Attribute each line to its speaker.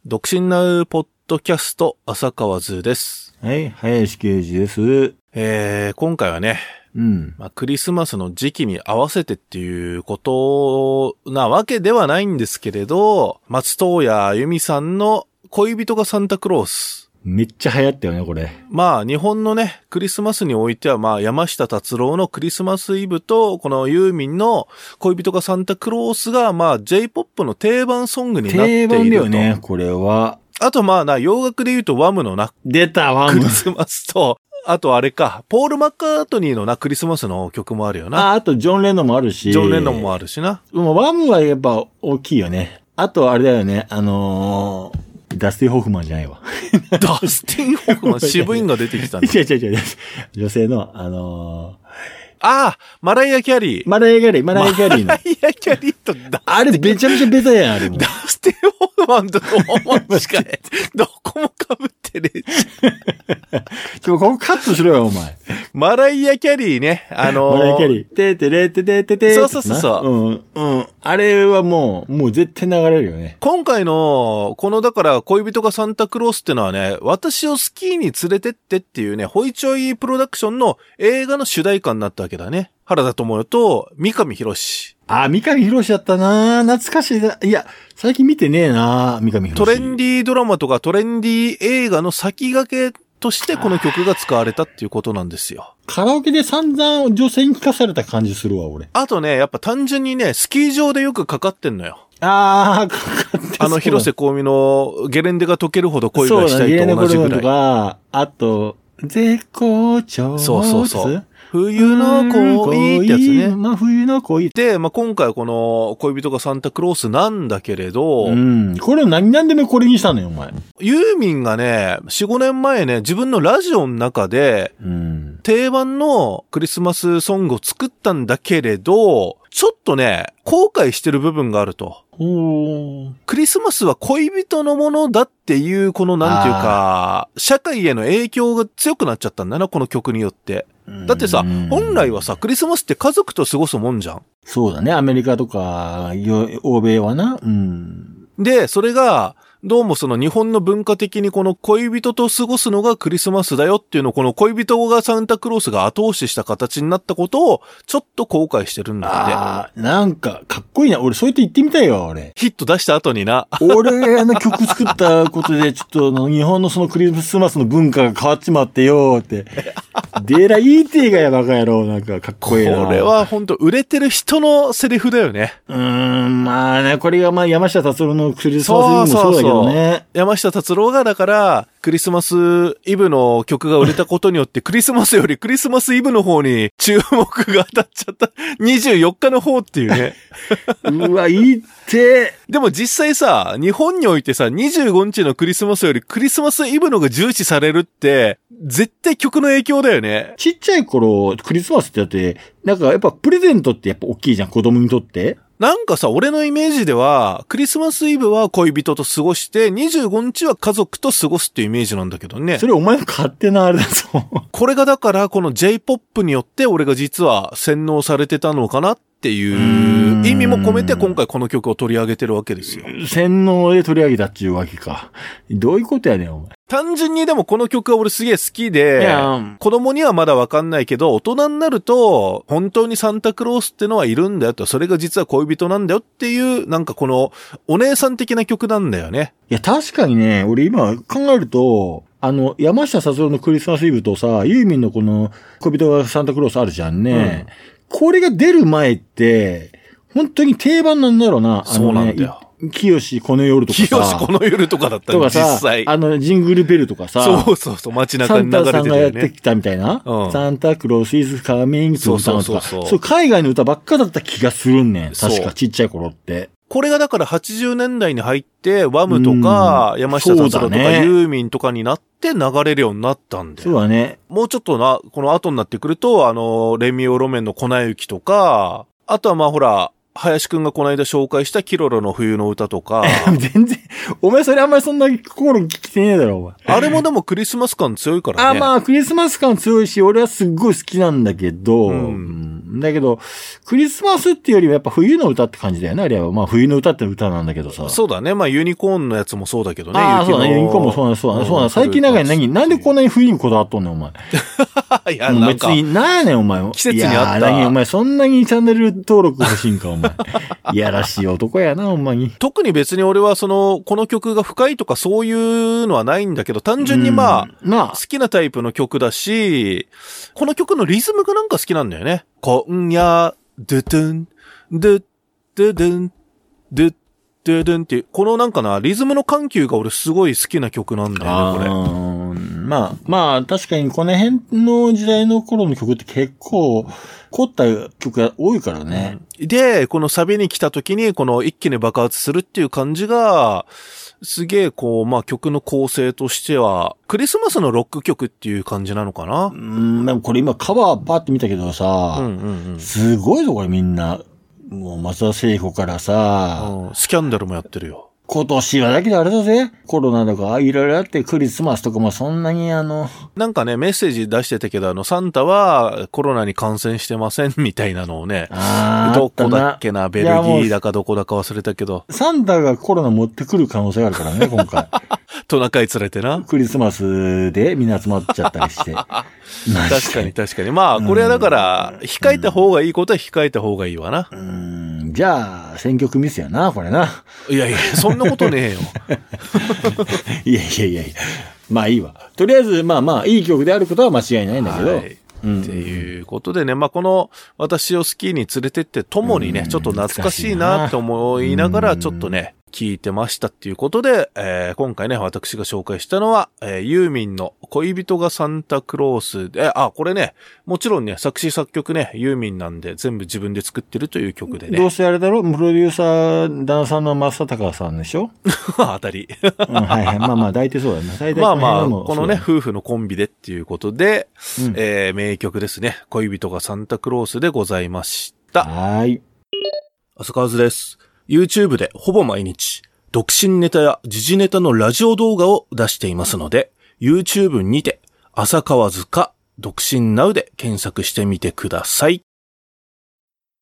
Speaker 1: 独身なうポッドキャスト浅川図です。
Speaker 2: はい、林圭司です。
Speaker 1: 今回はね、クリスマスの時期に合わせてっていうことなわけではないんですけれど、松任谷由実さんの恋人がサンタクロース。
Speaker 2: めっちゃ流行ったよね、これ。
Speaker 1: まあ、日本のね、クリスマスにおいては、まあ、山下達郎のクリスマスイブと、このユーミンの恋人がサンタクロースが、まあ、J-POP の定番ソングになっていると。
Speaker 2: 定番だよね、これは。
Speaker 1: あと、まあ洋楽で言うと、ワムのな。
Speaker 2: 出た、ワム。
Speaker 1: クリスマスと、あとあれか、ポール・マッカートニーのな、クリスマスの曲もあるよな。
Speaker 2: あと、ジョン・レノンもあるし。
Speaker 1: ジョン・レノンもあるしな。
Speaker 2: ワムはやっぱ大きいよね。あと、あれだよね、ダスティン・ホフマンじゃないわ。
Speaker 1: ダスティン・ホフマン、渋いんが出てきたんだ。
Speaker 2: 違う。女性の、
Speaker 1: マライア・キャリー。
Speaker 2: マライア・キャリーの。
Speaker 1: マライア・キャリーと
Speaker 2: あれめちゃめちゃベタやん、あれも。
Speaker 1: ダスティン・ホフマンと思うしかね。どこも被ってねえし。
Speaker 2: ここカットしろよ、お前。
Speaker 1: マライア・キャリーね。
Speaker 2: マライア・キャリー。ててれてててて。
Speaker 1: そう。
Speaker 2: あれはもう絶対流れるよね。
Speaker 1: 今回の、だから恋人がサンタクロースってのはね、私をスキーに連れてってっていうね、ホイチョイプロダクションの映画の主題歌になったわけだね。原田知世と三上博史。
Speaker 2: 三上博史だったな、懐かしいな。いや、最近見てねえな、三上博史。
Speaker 1: トレンディードラマとかトレンディー映画の先駆けとしてこの曲が使われたっていうことなんですよ。
Speaker 2: カラオケで散々女性に聞かされた感じするわ、俺。
Speaker 1: あとね、やっぱ単純にね、スキー場でよくかかってんのよ。
Speaker 2: かかって
Speaker 1: 広瀬香美のゲレンデが溶けるほど恋がしたいと同じぐらい。
Speaker 2: とか、あと、絶好調。
Speaker 1: そう。冬の恋ってやつね。
Speaker 2: まあ冬の恋。
Speaker 1: で、今回この恋人がサンタクロースなんだけれど。
Speaker 2: これ何でもこれにしたのよ、お前。
Speaker 1: ユーミンがね、4、5年前ね、自分のラジオの中で、定番のクリスマスソングを作ったんだけれど、ちょっとね、後悔してる部分があると。クリスマスは恋人のものだっていう、このなんていうか、社会への影響が強くなっちゃったんだな、この曲によって。だってさ、本来はさ、クリスマスって家族と過ごすもんじゃん。
Speaker 2: そうだね、アメリカとか、欧米はな。
Speaker 1: で、それが、どうもその日本の文化的にこの恋人と過ごすのがクリスマスだよっていうのをこの恋人がサンタクロースが後押しした形になったことをちょっと後悔してるんだって。
Speaker 2: なんかかっこいいな。俺そうやって言ってみたいよ、俺。
Speaker 1: ヒット出した後にな。
Speaker 2: 俺曲作ったことでちょっと日本のそのクリスマスの文化が変わっちまってよって。でらいいてがやバカ野郎なんかかっこいいな。
Speaker 1: これは本当売れてる人のセリフだよね。
Speaker 2: まあね、これが山下達郎のクリスマスイブもそうだけどね。
Speaker 1: 山下達郎がだからクリスマスイブの曲が売れたことによってクリスマスよりクリスマスイブの方に注目が当たっちゃった24日の方っていうね。
Speaker 2: うわ、いいって。
Speaker 1: でも実際さ、日本においてさ、25日のクリスマスよりクリスマスイブのが重視されるって絶対曲の影響だよね。
Speaker 2: ちっちゃい頃クリスマスってだってなんかやっぱプレゼントってやっぱ大きいじゃん、子供にとって。
Speaker 1: なんかさ、俺のイメージでは、クリスマスイブは恋人と過ごして、25日は家族と過ごすっていうイメージなんだけどね。
Speaker 2: それお前の勝手なあれだぞ。
Speaker 1: これがだから、この J-POP によって俺が実は洗脳されてたのかなっていう意味も込めて今回この曲を取り上げてるわけですよ。
Speaker 2: 洗脳で取り上げたっていうわけか。どういうことやねん、お前。
Speaker 1: 単純にでもこの曲は俺すげえ好きで、子供にはまだわかんないけど、大人になると、本当にサンタクロースってのはいるんだよと、それが実は恋人なんだよっていう、なんかこの、お姉さん的な曲なんだよね。
Speaker 2: いや、確かにね、俺今考えると、山下達郎のクリスマスイブとさ、ユーミンのこの、恋人がサンタクロースあるじゃんね。これが出る前って、本当に定番なんだろうな。
Speaker 1: そうなんだよ。
Speaker 2: 清この夜とかさ。
Speaker 1: 清この夜とかだったね、実際。
Speaker 2: ジングルベルとかさ。
Speaker 1: そう、街中に流れてたよね。
Speaker 2: サンタさんがやってきたみたいな。サンタクロースイズカミングとか。そう、海外の歌ばっかだった気がするんねん。確か、ちっちゃい頃って。
Speaker 1: これがだから80年代に入って、ワムとか、山下達郎とか、ユーミンとかになって流れるようになったんで。
Speaker 2: そうだね。
Speaker 1: もうちょっとこの後になってくると、レミオロメンの粉雪とか、あとはほら、林くんがこの間紹介したキロロの冬の歌とか。
Speaker 2: 全然、お前それあんまりそんな心聞きてねえだろ、お前。
Speaker 1: あれもでもクリスマス感強いからね。
Speaker 2: まあクリスマス感強いし、俺はすっごい好きなんだけど、 だけど、クリスマスっていうよりはやっぱ冬の歌って感じだよね、あれは。まあ冬の歌って歌なんだけどさ。
Speaker 1: そうだね。まあユニコーンのやつもそうだけどね。
Speaker 2: そうだね。ユニコーンもそうだね。最近なんでこんなに冬にこだわっとんねん、お前。
Speaker 1: いや、なんか。
Speaker 2: 別に、なんやねん、お前。
Speaker 1: 季節にあった。
Speaker 2: お前、そんなにチャンネル登録欲しいんか、お前。いやらしい男やな、ほんまに。
Speaker 1: 特に別に俺はこの曲が深いとかそういうのはないんだけど、単純に好きなタイプの曲だし、この曲のリズムがなんか好きなんだよね。今夜、ドゥドゥン、ドゥドゥドゥン、ドゥドゥドゥンっていう、このなんかな、リズムの緩急が俺すごい好きな曲なんだよね、これ。
Speaker 2: まあ、確かにこの辺の時代の頃の曲って結構凝った曲が多いからね。
Speaker 1: で、このサビに来た時にこの一気に爆発するっていう感じが、すげえ曲の構成としては、クリスマスのロック曲っていう感じなのかな。
Speaker 2: でもこれ今カバーパーって見たけどさ、すごいぞこれみんな。もう松田聖子からさ、
Speaker 1: スキャンダルもやってるよ。
Speaker 2: 今年はだけどあれだぜ。コロナとかいろいろあってクリスマスとかもそんなに
Speaker 1: なんかね、メッセージ出してたけどサンタはコロナに感染してませんみたいなのをね。どこだっけな、ベルギーだかどこだか忘れたけど。
Speaker 2: サンタがコロナ持ってくる可能性があるからね、今回。
Speaker 1: トナカイ連れてな。
Speaker 2: クリスマスでみんな集まっちゃったりして。
Speaker 1: 確かに。まあ、これはだから、控えた方がいいことは控えた方がいいわな。
Speaker 2: じゃあ、選曲ミスやな、これな。
Speaker 1: いやいや、そんなことねえよ。
Speaker 2: いや。まあいいわ。とりあえず、まあ、いい曲であることは間違いないんだけど。
Speaker 1: っていうことでね、この私をスキーに連れてってともにね、ちょっと懐かしいなと思いながらちょっとね、聞いてましたっていうことで、今回ね、私が紹介したのは、ユーミンの恋人がサンタクロースで、これね、もちろんね、作詞作曲ね、ユーミンなんで全部自分で作ってるという曲でね。
Speaker 2: どうせあれだろプロデューサー、旦那さんの正隆さんでしょ
Speaker 1: 当たり。
Speaker 2: はい。まあ、大体そうだね。
Speaker 1: このね、夫婦のコンビでっていうことで、名曲ですね。恋人がサンタクロースでございました。
Speaker 2: はい。
Speaker 1: 浅川図です。YouTube でほぼ毎日、独身ネタや時事ネタのラジオ動画を出していますので、YouTube にて、浅川図か、独身ナウで検索してみてください。